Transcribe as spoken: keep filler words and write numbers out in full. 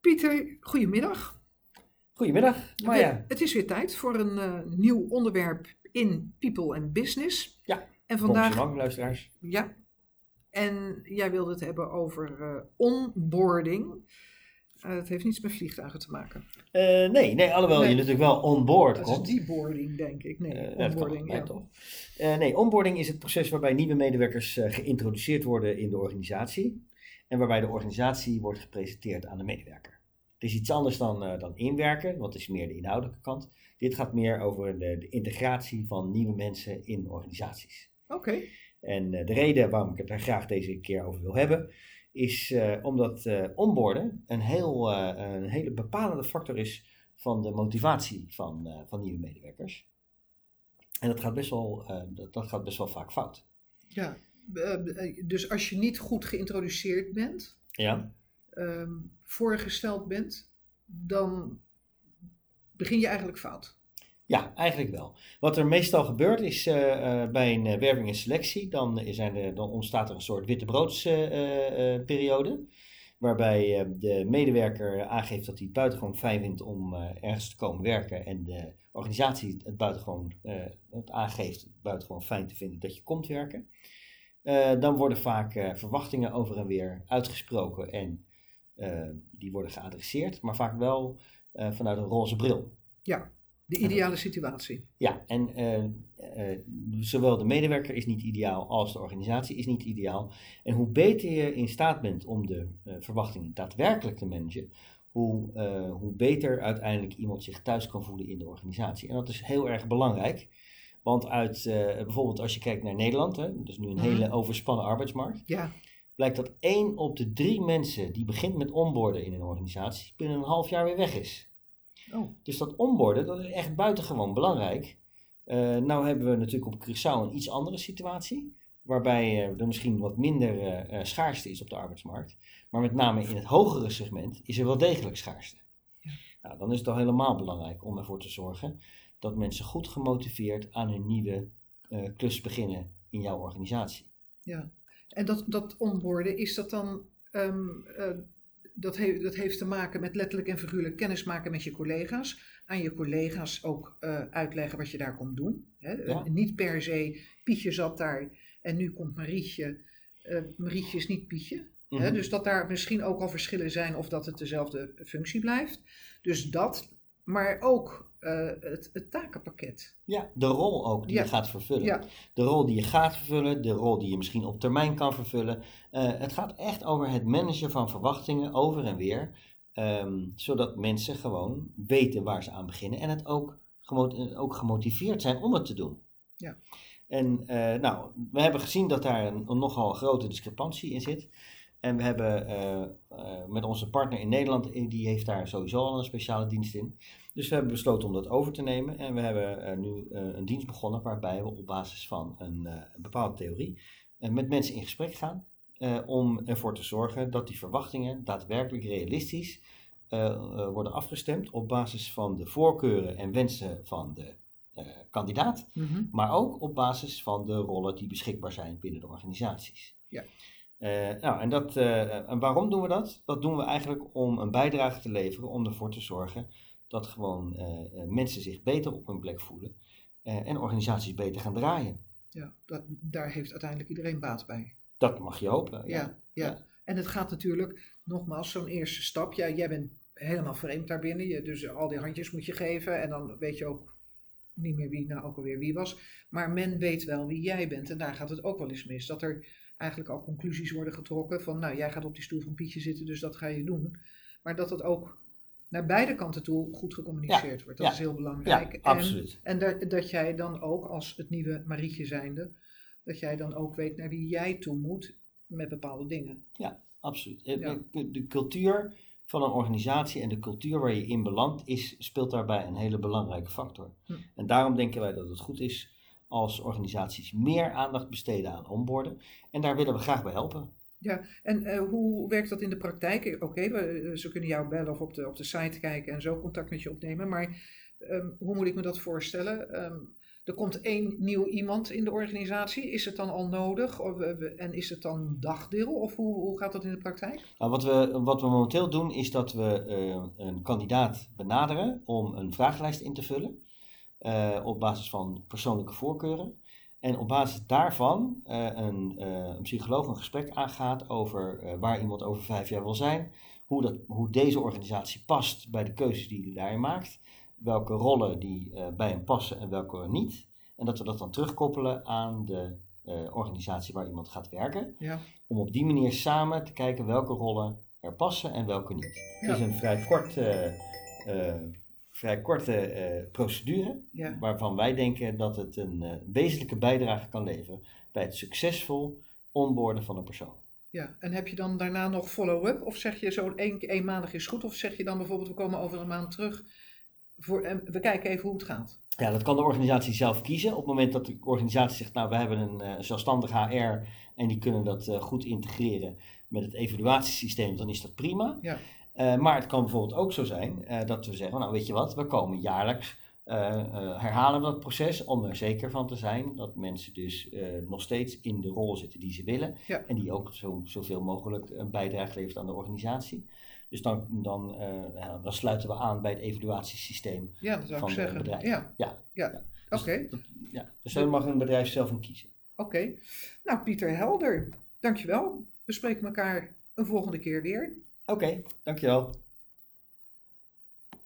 Pieter, goedemiddag. Goedemiddag, Maya. Het is weer tijd voor een uh, nieuw onderwerp in People and Business. Ja, en vandaag, lang, luisteraars. Ja, en jij wilde het hebben over uh, onboarding. Uh, het heeft niets met vliegtuigen te maken. Uh, nee, nee, alhoewel nee. je natuurlijk wel onboard komt. Dat is deboarding, denk ik. Nee, uh, onboarding, kan, ja. toch. Uh, nee, onboarding is het proces waarbij nieuwe medewerkers uh, geïntroduceerd worden in de organisatie. En waarbij de organisatie wordt gepresenteerd aan de medewerker. Het is iets anders dan, uh, dan inwerken, want het is meer de inhoudelijke kant. Dit gaat meer over de, de integratie van nieuwe mensen in organisaties. Oké. Okay. En uh, de reden waarom ik het daar graag deze keer over wil hebben, is uh, omdat uh, onboarden een, heel, uh, een hele bepalende factor is van de motivatie van, uh, van nieuwe medewerkers. En dat gaat best wel, uh, dat, dat gaat best wel vaak fout. Ja, uh, dus als je niet goed geïntroduceerd bent, ja. um, voorgesteld bent, dan begin je eigenlijk fout. Ja, eigenlijk wel. Wat er meestal gebeurt is uh, uh, bij een uh, werving en selectie, dan, zijn er, dan ontstaat er een soort wittebroods-periode. Uh, uh, waarbij uh, de medewerker aangeeft dat hij het buitengewoon fijn vindt om uh, ergens te komen werken. En de organisatie het buitengewoon uh, het aangeeft het buitengewoon fijn te vinden dat je komt werken. Uh, dan worden vaak uh, verwachtingen over en weer uitgesproken en uh, die worden geadresseerd. Maar vaak wel uh, vanuit een roze bril. Ja. De ideale situatie. Ja, en uh, uh, zowel de medewerker is niet ideaal als de organisatie is niet ideaal. En hoe beter je in staat bent om de uh, verwachtingen daadwerkelijk te managen, hoe, uh, hoe beter uiteindelijk iemand zich thuis kan voelen in de organisatie. En dat is heel erg belangrijk, want uit uh, bijvoorbeeld als je kijkt naar Nederland, hè, dus nu een mm-hmm. hele overspannen arbeidsmarkt, ja. blijkt dat één op de drie mensen die begint met onboarden in een organisatie binnen een half jaar weer weg is. Oh. Dus dat onboarden, dat is echt buitengewoon belangrijk. Uh, nou hebben we natuurlijk op Curaçao een iets andere situatie, waarbij uh, er misschien wat minder uh, schaarste is op de arbeidsmarkt. Maar met name in het hogere segment is er wel degelijk schaarste. Ja. Nou, dan is het al helemaal belangrijk om ervoor te zorgen dat mensen goed gemotiveerd aan hun nieuwe uh, klus beginnen in jouw organisatie. Ja, en dat, dat onboarden, is dat dan... Um, uh, Dat, he- dat heeft te maken met letterlijk en figuurlijk kennismaken met je collega's. Aan je collega's ook uh, uitleggen wat je daar komt doen. Hè? Ja. Niet per se, Pietje zat daar en nu komt Marietje. Uh, Marietje is niet Pietje. Mm-hmm. Hè? Dus dat daar misschien ook al verschillen zijn of dat het dezelfde functie blijft. Dus dat, maar ook uh, het, het takenpakket. Ja, de rol ook die ja. je gaat vervullen. Ja. De rol die je gaat vervullen, de rol die je misschien op termijn kan vervullen. Uh, het gaat echt over het managen van verwachtingen over en weer. Um, zodat mensen gewoon weten waar ze aan beginnen en het ook, gemo- ook gemotiveerd zijn om het te doen. Ja. En uh, nou, we hebben gezien dat daar een, een nogal grote discrepantie in zit. En we hebben uh, uh, met onze partner in Nederland, die heeft daar sowieso al een speciale dienst in. Dus we hebben besloten om dat over te nemen. En we hebben uh, nu uh, een dienst begonnen waarbij we op basis van een, uh, een bepaalde theorie uh, met mensen in gesprek gaan. Uh, om ervoor te zorgen dat die verwachtingen daadwerkelijk realistisch uh, uh, worden afgestemd op basis van de voorkeuren en wensen van de uh, kandidaat. Mm-hmm. Maar ook op basis van de rollen die beschikbaar zijn binnen de organisaties. Ja. Uh, nou, en, dat, uh, en waarom doen we dat? Dat doen we eigenlijk om een bijdrage te leveren, om ervoor te zorgen dat gewoon uh, mensen zich beter op hun plek voelen uh, en organisaties beter gaan draaien. Ja, dat, daar heeft uiteindelijk iedereen baat bij. Dat mag je hopen. Ja, ja. ja. ja. En het gaat natuurlijk, nogmaals, zo'n eerste stap. Ja, jij bent helemaal vreemd daarbinnen, je, dus al die handjes moet je geven en dan weet je ook niet meer wie nou ook alweer wie was. Maar men weet wel wie jij bent en daar gaat het ook wel eens mis. Dat er eigenlijk al conclusies worden getrokken van, nou, jij gaat op die stoel van Pietje zitten, dus dat ga je doen. Maar dat het ook naar beide kanten toe goed gecommuniceerd ja, wordt. Dat ja, is heel belangrijk. Ja, absoluut. En, en dat, dat jij dan ook als het nieuwe Marietje zijnde, dat jij dan ook weet naar wie jij toe moet met bepaalde dingen. Ja, absoluut. Ja. De, de cultuur van een organisatie en de cultuur waar je in belandt is, speelt daarbij een hele belangrijke factor. Hm. En daarom denken wij dat het goed is als organisaties meer aandacht besteden aan onboarden. En daar willen we graag bij helpen. Ja, en uh, hoe werkt dat in de praktijk? Oké, okay, ze kunnen jou bellen of op de, op de site kijken en zo contact met je opnemen. Maar um, hoe moet ik me dat voorstellen? Um, er komt één nieuw iemand in de organisatie. Is het dan al nodig? Of, uh, en is het dan een dagdeel? Of hoe, hoe gaat dat in de praktijk? Nou, wat, we, wat we momenteel doen is dat we uh, een kandidaat benaderen om een vragenlijst in te vullen. Uh, op basis van persoonlijke voorkeuren. En op basis daarvan uh, een, uh, een psycholoog een gesprek aangaat over uh, waar iemand over vijf jaar wil zijn. Hoe, dat, hoe deze organisatie past bij de keuzes die hij daarin maakt. Welke rollen die uh, bij hem passen en welke niet. En dat we dat dan terugkoppelen aan de uh, organisatie waar iemand gaat werken. Ja. Om op die manier samen te kijken welke rollen er passen en welke niet. Ja. Het is een vrij kort... Uh, uh, vrij korte uh, procedure, ja. waarvan wij denken dat het een uh, wezenlijke bijdrage kan leveren bij het succesvol onboarden van een persoon. Ja, en heb je dan daarna nog follow-up? Of zeg je zo één, één maandag is goed? Of zeg je dan bijvoorbeeld, we komen over een maand terug voor, en we kijken even hoe het gaat? Ja, dat kan de organisatie zelf kiezen. Op het moment dat de organisatie zegt, nou, we hebben een uh, zelfstandig H R en die kunnen dat uh, goed integreren met het evaluatiesysteem, dan is dat prima. Ja. Uh, maar het kan bijvoorbeeld ook zo zijn uh, dat we zeggen, nou weet je wat, we komen jaarlijks, uh, uh, herhalen we dat proces om er zeker van te zijn dat mensen dus uh, nog steeds in de rol zitten die ze willen. Ja. En die ook zo, zoveel mogelijk een bijdrage levert aan de organisatie. Dus dan, dan, uh, ja, dan sluiten we aan bij het evaluatiesysteem ja, dat zou van ik zeggen. het bedrijf. Ja, ja. ja. ja. Dus, oké. Okay. Ja. Dus daar mag een bedrijf zelf in kiezen. Oké. Okay. Nou, Pieter Helder, dankjewel. We spreken elkaar een volgende keer weer. Oké, okay, dankjewel.